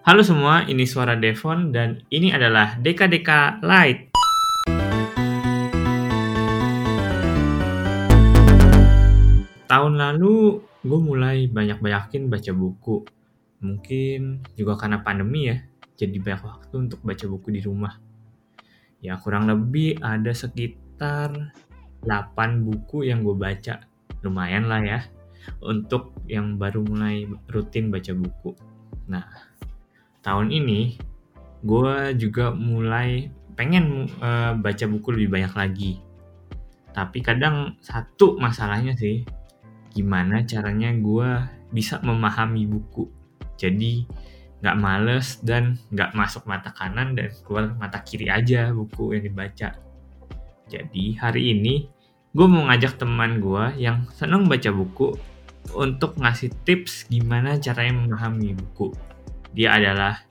Halo semua, ini suara Devon dan ini adalah Deka-Deka Light. Tahun lalu gue mulai banyak-banyakin baca buku. Mungkin juga karena pandemi ya, jadi banyak waktu untuk baca buku di rumah. Ya kurang lebih ada sekitar 8 buku yang gue baca. Lumayan lah ya, untuk yang baru mulai rutin baca buku. Nah, tahun ini gue juga mulai pengen baca buku lebih banyak lagi. Tapi kadang satu masalahnya sih, gimana caranya gue bisa memahami buku. Jadi nggak males dan nggak masuk mata kanan dan keluar mata kiri aja buku yang dibaca. Jadi hari ini gue mau ngajak teman gue yang seneng baca buku untuk ngasih tips gimana caranya memahami buku. Dia adalah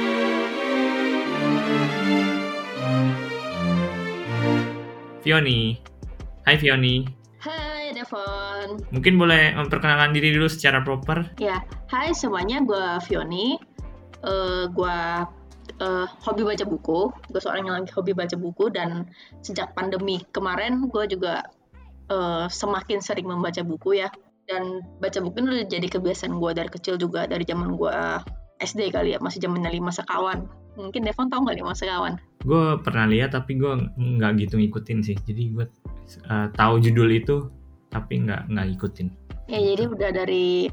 Fioni. Hai Fioni. Hai Devon. Mungkin boleh memperkenalkan diri dulu secara proper? Ya, hai semuanya, gue Fioni. Gue hobi baca buku. Gue seorang yang lagi hobi baca buku dan sejak pandemi kemarin gue juga semakin sering membaca buku ya. Dan baca buku itu udah jadi kebiasaan gue dari kecil juga, dari zaman gue SD kali ya, masih zamannya 5 Sekawan. Mungkin Devon tahu nggak 5 Sekawan? Gue pernah lihat tapi gue nggak gitu ngikutin sih. Jadi gue tahu judul itu tapi nggak ngikutin. Ya jadi udah dari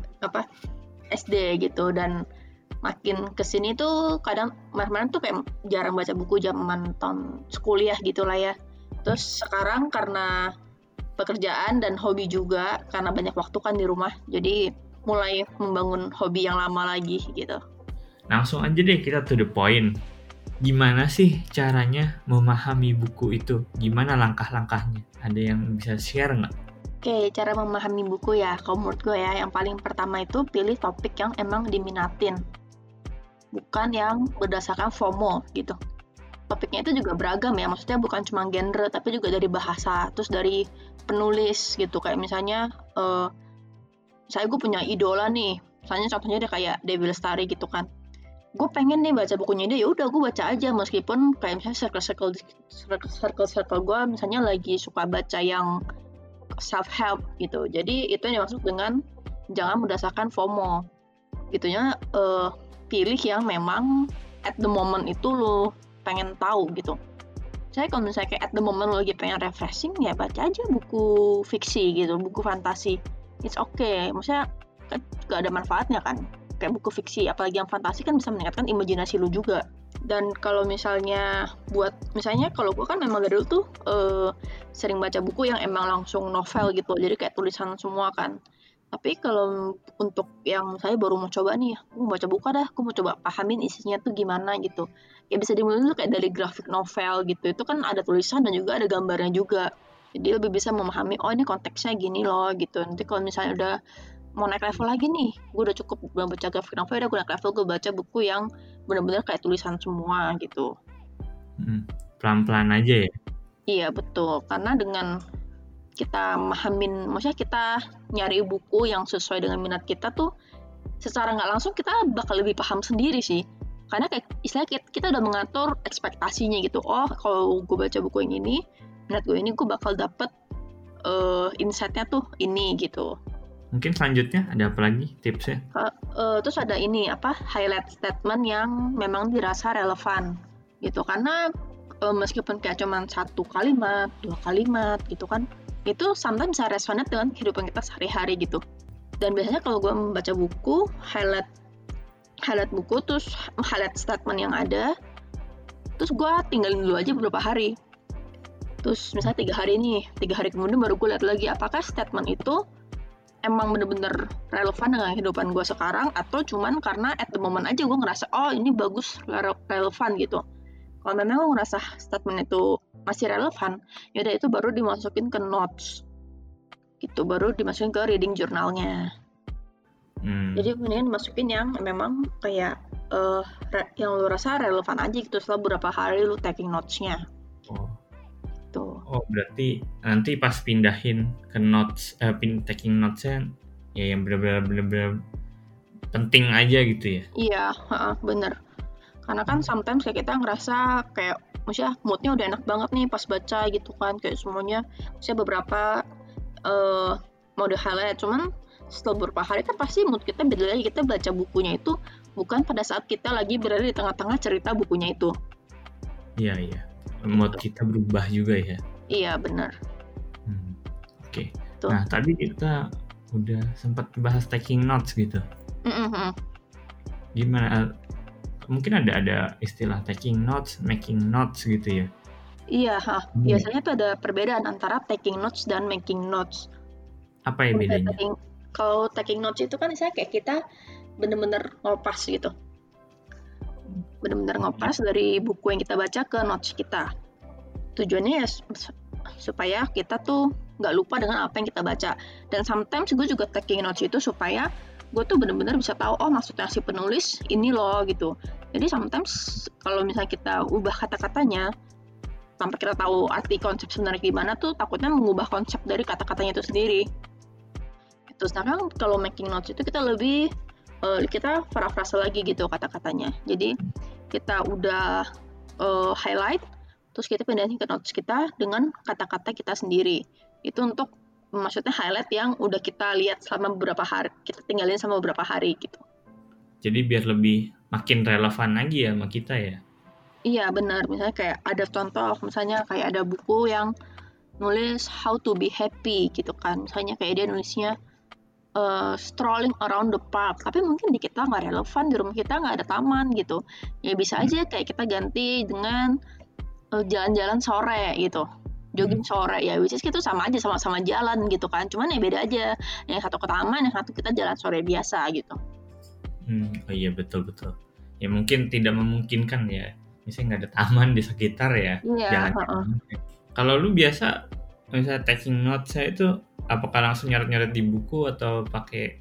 SD gitu, dan makin kesini tuh kadang kemarin tuh kayak jarang baca buku zaman tahun kuliah gitu lah ya. Terus sekarang karena pekerjaan dan hobi juga, karena banyak waktu kan di rumah, jadi mulai membangun hobi yang lama lagi gitu. Langsung aja deh kita to the point. Gimana sih caranya memahami buku itu? Gimana langkah-langkahnya? Ada yang bisa share nggak? Oke, cara memahami buku ya, kalau menurut gue ya, yang paling pertama itu pilih topik yang emang diminatin. Bukan yang berdasarkan FOMO gitu. Topiknya itu juga beragam ya, maksudnya bukan cuma genre, tapi juga dari bahasa, terus dari penulis gitu. Kayak misalnya, saya gue punya idola nih, misalnya contohnya dia kayak Dewi Lestari gitu kan. Gue pengen nih baca bukunya dia, ya udah gue baca aja, meskipun kayak misalnya circle gue misalnya lagi suka baca yang self help gitu. Jadi itu yang dimaksud dengan jangan berdasarkan FOMO. Gitunya pilih yang memang at the moment itu lo pengen tahu gitu. Saya kalau misalnya kayak at the moment lo lagi pengen refreshing, ya baca aja buku fiksi gitu, buku fantasi. It's okay. Maksudnya kan gak ada manfaatnya kan. Kayak buku fiksi, apalagi yang fantasi kan bisa meningkatkan imajinasi lo juga. Dan kalau misalnya misalnya kalau gue kan memang dari dulu tuh sering baca buku yang emang langsung novel gitu, jadi kayak tulisan semua kan. Tapi kalau untuk yang saya baru mau coba nih, gue mau baca buku dah, gue mau coba pahamin isinya tuh gimana gitu. Ya bisa dimulai dulu kayak dari grafik novel gitu, itu kan ada tulisan dan juga ada gambarnya juga. Jadi lebih bisa memahami, oh ini konteksnya gini loh gitu. Nanti kalau misalnya udah mau naik level lagi nih, gue udah cukup baca grafik novel, udah gue naik level, gue baca buku yang benar-benar kayak tulisan semua gitu. Pelan-pelan aja ya? Iya betul, karena dengan kita maksudnya kita nyari buku yang sesuai dengan minat kita tuh, secara nggak langsung kita bakal lebih paham sendiri sih. Karena kayak istilahnya kita udah mengatur ekspektasinya gitu. Oh, kalau gue baca buku yang ini, minat gue ini, gue bakal dapet insight-nya tuh ini gitu. Mungkin selanjutnya ada apa lagi tipsnya? Terus ada ini highlight statement yang memang dirasa relevan gitu, karena meskipun kayak cuman 1 kalimat, 2 kalimat gitu kan, itu sometimes bisa resonate dengan kehidupan kita sehari-hari gitu. Dan biasanya kalau gue membaca buku, highlight buku, terus highlight statement yang ada, terus gue tinggalin dulu aja beberapa hari. Terus misalnya 3 hari kemudian baru gue lihat lagi apakah statement itu emang bener-bener relevan dengan kehidupan gue sekarang, atau cuman karena at the moment aja gue ngerasa oh ini bagus, relevan gitu. Kalau memang gue ngerasa statement itu masih relevan, yaudah itu baru dimasukin ke notes gitu, baru dimasukin ke reading journalnya. Jadi mendingan dimasukin yang memang kayak yang lu rasa relevan aja gitu, setelah beberapa hari lu taking notes-nya. Oh, berarti nanti pas pindahin ke notes, taking notes-nya ya yang benar-benar penting aja gitu ya. Iya, bener. Karena kan sometimes kayak kita ngerasa kayak maksudnya moodnya udah enak banget nih pas baca gitu kan, kayak semuanya maksudnya beberapa mau di highlight, cuman setelah beberapa hari kan pasti mood kita beda lagi. Kita baca bukunya itu bukan pada saat kita lagi berada di tengah-tengah cerita bukunya itu. Iya. Mood kita berubah juga ya. Iya, benar. Oke. Tuh. Nah, tadi kita udah sempat bahas taking notes gitu. Gimana? Mungkin ada istilah taking notes, making notes gitu ya. Iya, biasanya tuh ada perbedaan antara taking notes dan making notes. Apa ya bedanya? Kalau taking notes itu kan misalnya kayak kita bener-bener ngopas gitu. Bener-bener ngopas dari buku yang kita baca ke notes kita. Tujuannya ya supaya kita tuh nggak lupa dengan apa yang kita baca. Dan sometimes gue juga taking notes itu supaya gue tuh bener-bener bisa tahu, oh maksudnya si penulis ini loh gitu. Jadi sometimes kalau misalnya kita ubah kata-katanya tanpa kita tahu arti konsep sebenarnya gimana tuh takutnya mengubah konsep dari kata-katanya itu sendiri. Itu sedangkan kalau making notes itu kita lebih kita parafrase lagi gitu kata-katanya. Jadi kita udah highlight, terus kita pindahin ke notes kita dengan kata-kata kita sendiri. Itu untuk maksudnya highlight yang udah kita lihat selama beberapa hari, kita tinggalin sama beberapa hari gitu. Jadi biar lebih makin relevan lagi ya sama kita ya. Iya benar, misalnya kayak ada contoh, misalnya kayak ada buku yang nulis how to be happy gitu kan, misalnya kayak dia nulisnya strolling around the park, tapi mungkin di kita nggak relevan, di rumah kita nggak ada taman gitu, ya bisa aja kayak kita ganti dengan jalan-jalan sore gitu, jogging sore ya, which is itu sama aja, sama-sama jalan gitu kan, cuman ya beda aja, yang satu ke taman, yang satu kita jalan sore biasa gitu. Oh iya betul. Ya mungkin tidak memungkinkan ya, misalnya nggak ada taman di sekitar ya, jalan. Kalau lu biasa misalnya taking notes saya itu apakah langsung nyoret-nyoret di buku atau pakai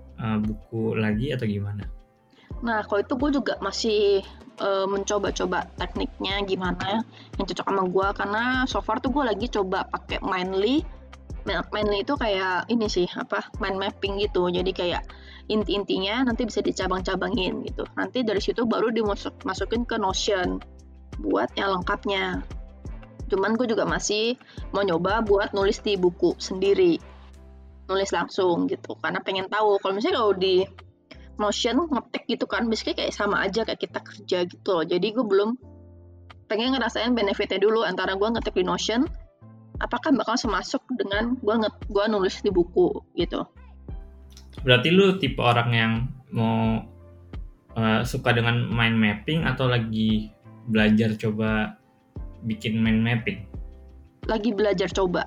buku lagi atau gimana? Nah, kalau itu gue juga masih mencoba-coba tekniknya gimana yang cocok sama gue, karena so far tuh gue lagi coba pakai Mindly. Mindly itu kayak ini sih, mind mapping gitu. Jadi kayak inti-intinya nanti bisa dicabang-cabangin gitu. Nanti dari situ baru dimasukin ke Notion buat yang lengkapnya. Cuman gue juga masih mau nyoba buat nulis di buku sendiri. Nulis langsung gitu. Karena pengen tahu. Kalau misalnya kalau di Notion ngetik gitu kan, basically kayak sama aja kayak kita kerja gitu loh. Jadi gue belum pengen ngerasain benefitnya dulu antara gue ngetik di Notion, apakah bakal semasuk dengan gue nulis di buku gitu. Berarti lu tipe orang yang mau suka dengan mind mapping atau lagi belajar coba bikin mind mapping? Lagi belajar coba.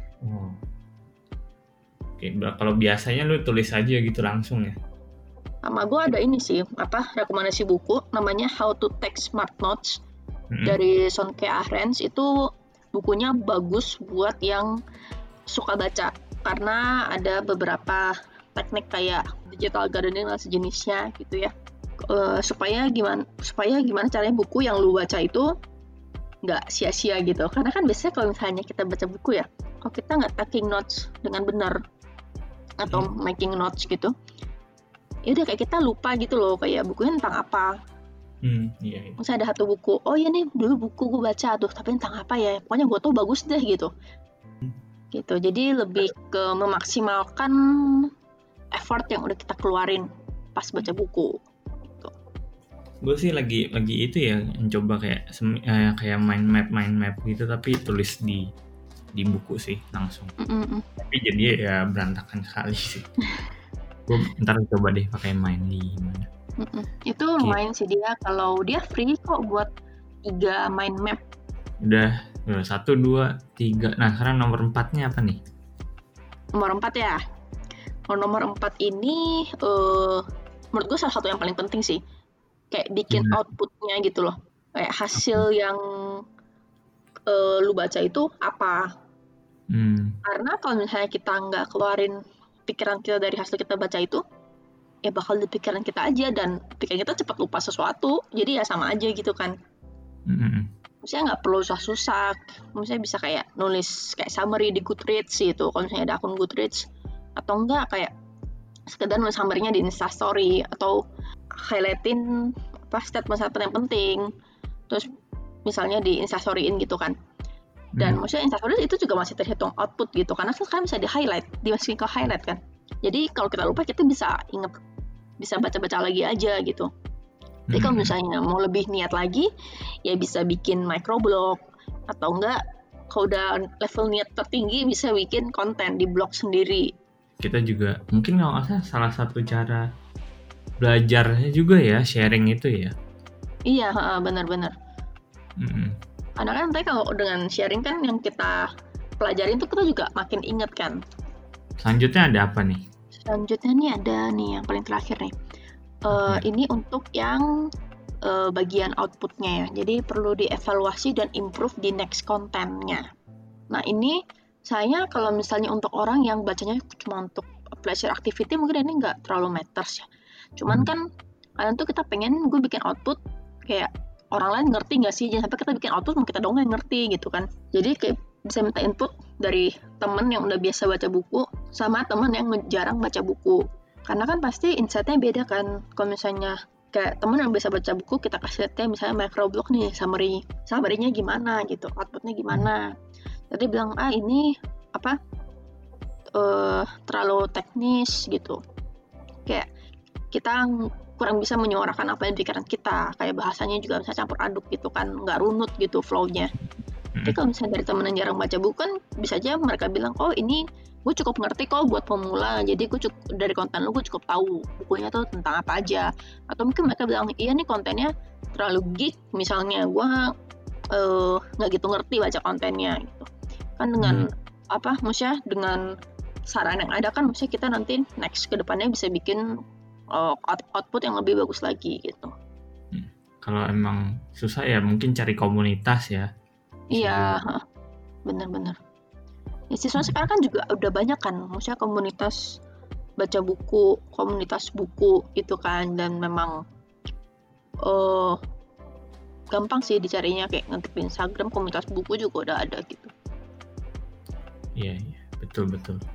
Oke, kalau biasanya lu tulis aja gitu langsung ya? Sama gue ada ini sih, rekomendasi buku namanya How to Take Smart Notes dari Sonke Ahrens. Itu bukunya bagus buat yang suka baca karena ada beberapa teknik kayak digital gardening dan sejenisnya gitu ya. Supaya gimana caranya buku yang lu baca itu nggak sia-sia gitu. Karena kan biasanya kalau misalnya kita baca buku ya, kalau kita nggak taking notes dengan benar atau making notes gitu, ya udah kayak kita lupa gitu loh, kayak bukunya tentang apa. Iya. Misalnya ada satu buku, oh iya nih dulu buku gue baca tuh, tapi tentang apa ya, pokoknya gue tuh bagus deh gitu. Gitu, jadi lebih ke memaksimalkan effort yang udah kita keluarin pas baca buku gitu. Gue sih lagi itu ya, coba kayak mind map gitu, tapi tulis di buku sih langsung. Tapi jadi ya berantakan sekali sih. Gue ntar coba deh pakai Mindly gimana. Itu main sih dia, kalau dia free kok buat 3 mind map. Udah 1, 2, 3. Nah sekarang nomor 4-nya apa nih? Nomor 4 ya. Kalau nomor 4 ini menurut gue salah satu yang paling penting sih. Kayak bikin outputnya gitu loh. Kayak hasil yang lu baca itu apa. Karena kalau misalnya kita nggak keluarin pikiran kita dari hasil kita baca itu, ya bakal di pikiran kita aja, dan pikiran kita cepat lupa sesuatu. Jadi ya sama aja gitu kan. Misalnya nggak perlu susah-susah. Misalnya bisa kayak nulis kayak summary di Goodreads gitu. Kalau misalnya ada akun Goodreads. Atau enggak kayak sekedar nulis summary-nya di Instastory atau highlightin statement-statement yang penting, terus misalnya di Instastoryin gitu kan. Dan maksudnya Instastory itu juga masih terhitung output gitu, karena kan bisa di highlight, dimasukin ke highlight kan. Jadi kalau kita lupa kita bisa inget, bisa baca-baca lagi aja gitu. Jadi kalau misalnya mau lebih niat lagi, ya bisa bikin microblog, atau enggak kalau udah level niat tertinggi bisa bikin konten di blog sendiri. Kita juga mungkin kalau nggak salah satu cara belajarnya juga ya sharing itu ya. Iya, benar-benar. Karena kan nanti kalau dengan sharing kan yang kita pelajarin tuh kita juga makin inget kan. Selanjutnya ada apa nih? Selanjutnya nih ada nih yang paling terakhir nih. Ini untuk yang bagian outputnya ya. Jadi perlu dievaluasi dan improve di next kontennya. Nah ini saya kalau misalnya untuk orang yang bacanya cuma untuk pleasure activity mungkin ini nggak terlalu matters ya. Cuman kan kadang tuh kita pengen gue bikin output kayak orang lain ngerti nggak sih, jangan sampai kita bikin output mau kita doang yang ngerti gitu kan. Jadi kayak bisa minta input dari temen yang udah biasa baca buku sama temen yang jarang baca buku, karena kan pasti insight-nya beda kan. Kalau misalnya kayak temen yang biasa baca buku kita kasih lihatnya misalnya microblog nih, summary-nya gimana gitu, outputnya gimana. Jadi bilang ini terlalu teknis gitu, kayak kita kurang bisa menyuarakan apa yang di pikiran kita, kayak bahasanya juga misalnya campur aduk gitu kan, nggak runut gitu flow-nya. Tapi kalau misalnya dari temen yang jarang baca buku kan bisa aja mereka bilang, oh ini gue cukup ngerti kok buat pemula, jadi gue cukup dari konten lu gue cukup tahu bukunya tuh tentang apa aja. Atau mungkin mereka bilang, iya nih kontennya terlalu geek misalnya, gue nggak gitu ngerti baca kontennya gitu kan. Dengan maksudnya dengan saran yang ada kan, maksudnya kita nanti next ke depannya bisa bikin output yang lebih bagus lagi gitu. Kalau emang susah ya mungkin cari komunitas ya. Iya, benar-benar. Ya siswa sekarang kan juga udah banyak kan, maksudnya komunitas baca buku, komunitas buku gitu kan, dan memang gampang sih dicarinya, kayak ngetik di Instagram komunitas buku juga udah ada gitu. Iya, betul.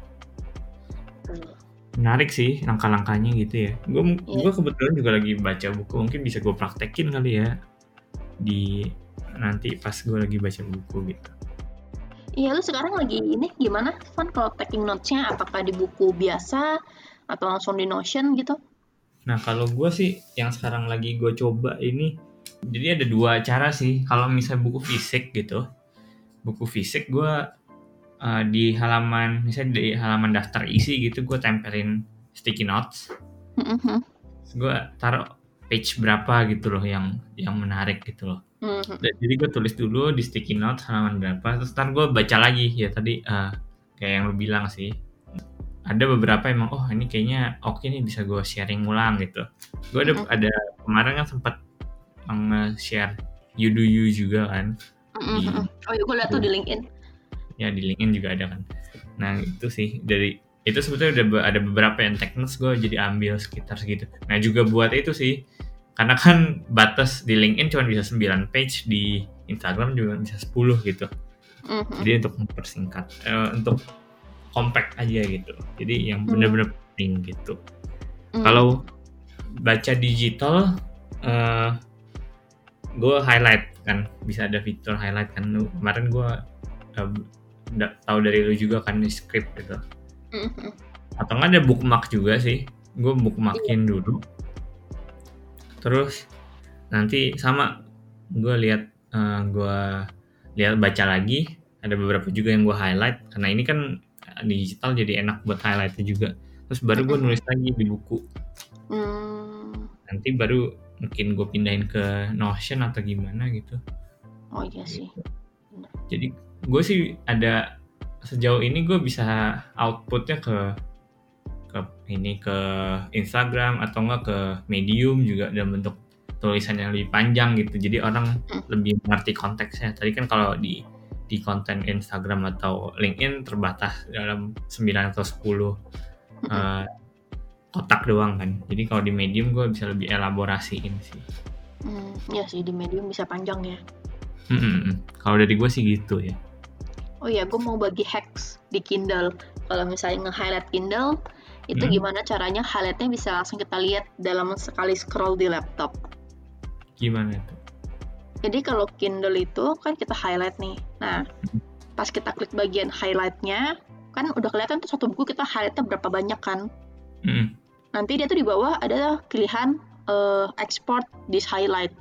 Menarik sih langkah-langkahnya gitu ya. Gue kebetulan juga lagi baca buku, mungkin bisa gue praktekin kali ya di nanti pas gue lagi baca buku gitu. Iya, lu sekarang lagi ini gimana Van kalau taking notes-nya, apakah di buku biasa atau langsung di Notion gitu? Nah kalau gue sih yang sekarang lagi gue coba ini, jadi ada dua cara sih. Kalau misalnya buku fisik gitu, buku fisik gue di halaman, misalnya di halaman daftar isi gitu, gue tempelin sticky notes. Terus gue taruh page berapa gitu loh yang menarik gitu loh. Jadi gue tulis dulu di sticky notes halaman berapa, terus ntar gue baca lagi ya tadi kayak yang lu bilang sih. Ada beberapa emang ini kayaknya oke nih bisa gue sharing ulang gitu. Gue ada kemarin kan sempat nge-share You Do You juga kan. Oh iya, gue liat tuh di LinkedIn. Ya di LinkedIn juga ada kan. Nah itu sih, dari itu sebetulnya udah ada beberapa yang teknis gue jadi ambil sekitar segitu. Nah juga buat itu sih, karena kan batas di LinkedIn cuma bisa 9 page, di Instagram juga bisa 10 gitu. Jadi untuk mempersingkat, untuk compact aja gitu. Jadi yang benar-benar penting gitu. Kalau baca digital, gue highlight kan, bisa ada fitur highlight kan. Kemarin gue tahu dari lu juga kan di script gitu. Atau nggak ada bookmark juga sih, gue bookmarkin dulu, terus nanti sama gue lihat baca lagi. Ada beberapa juga yang gue highlight karena ini kan digital jadi enak buat highlightnya juga. Terus baru gue nulis lagi di buku. Nanti baru mungkin gue pindahin ke Notion atau gimana gitu. Oh iya sih. Jadi gue sih ada, sejauh ini gue bisa outputnya ke Instagram atau enggak ke Medium juga dalam bentuk tulisan yang lebih panjang gitu. Jadi orang lebih mengerti konteksnya. Tadi kan kalau di konten Instagram atau LinkedIn terbatas dalam 9 atau 10 kotak doang kan. Jadi kalau di Medium gue bisa lebih elaborasiin sih. Iya sih, di Medium bisa panjang ya. Kalau dari gue sih gitu ya. Oh iya, gue mau bagi hacks di Kindle. Kalau misalnya nge-highlight Kindle, Itu gimana caranya highlight-nya bisa langsung kita lihat dalam sekali scroll di laptop. Gimana itu? Jadi kalau Kindle itu kan kita highlight nih. Nah, pas kita klik bagian highlight-nya, kan udah kelihatan tuh satu buku kita highlight-nya berapa banyak kan. Nanti dia tuh di bawah ada pilihan export this highlight.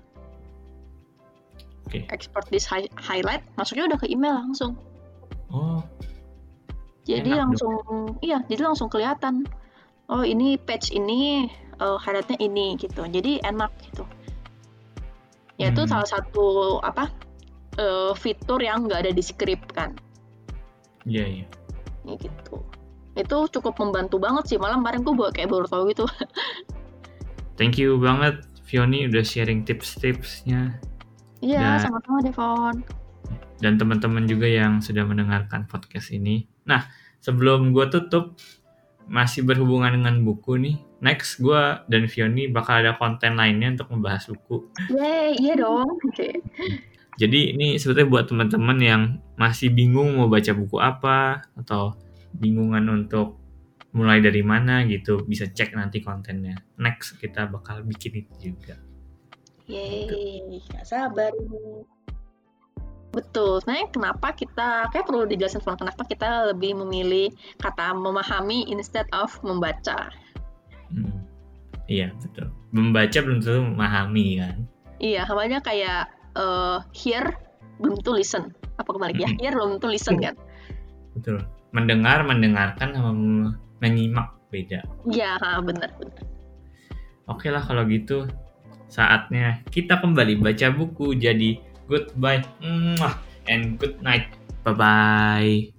Export this highlight, masuknya udah ke email langsung. Oh. Jadi jadi langsung kelihatan. Oh, ini page ini highlight-nya ini gitu. Jadi enak gitu. Ya itu salah satu fitur yang nggak ada di script kan. Iya. Ya gitu. Itu cukup membantu banget sih. Malah kemarin gue baru tahu gitu. Thank you banget Fioni udah sharing tips-tipsnya. Iya, sama-sama Devon. Dan teman-teman juga yang sudah mendengarkan podcast ini. Nah, sebelum gue tutup, masih berhubungan dengan buku nih. Next, gue dan Fioni bakal ada konten lainnya untuk membahas buku. Iya dong. Okay. Jadi ini sebetulnya buat teman-teman yang masih bingung mau baca buku apa, atau bingungan untuk mulai dari mana gitu, bisa cek nanti kontennya. Next, kita bakal bikin itu juga. Yeay, gak sabar ini. Betul, sebenarnya kenapa kita, kayak perlu dijelasin kenapa kita lebih memilih kata memahami instead of membaca. Iya, betul. Membaca belum tentu memahami kan. Iya, namanya kayak hear belum tentu listen. Apa kebaliknya? Hear belum tentu listen kan. Betul. Mendengarkan sama menyimak beda. Iya, benar. Oke lah kalau gitu, saatnya kita kembali baca buku. Jadi goodbye and good night. Bye-bye.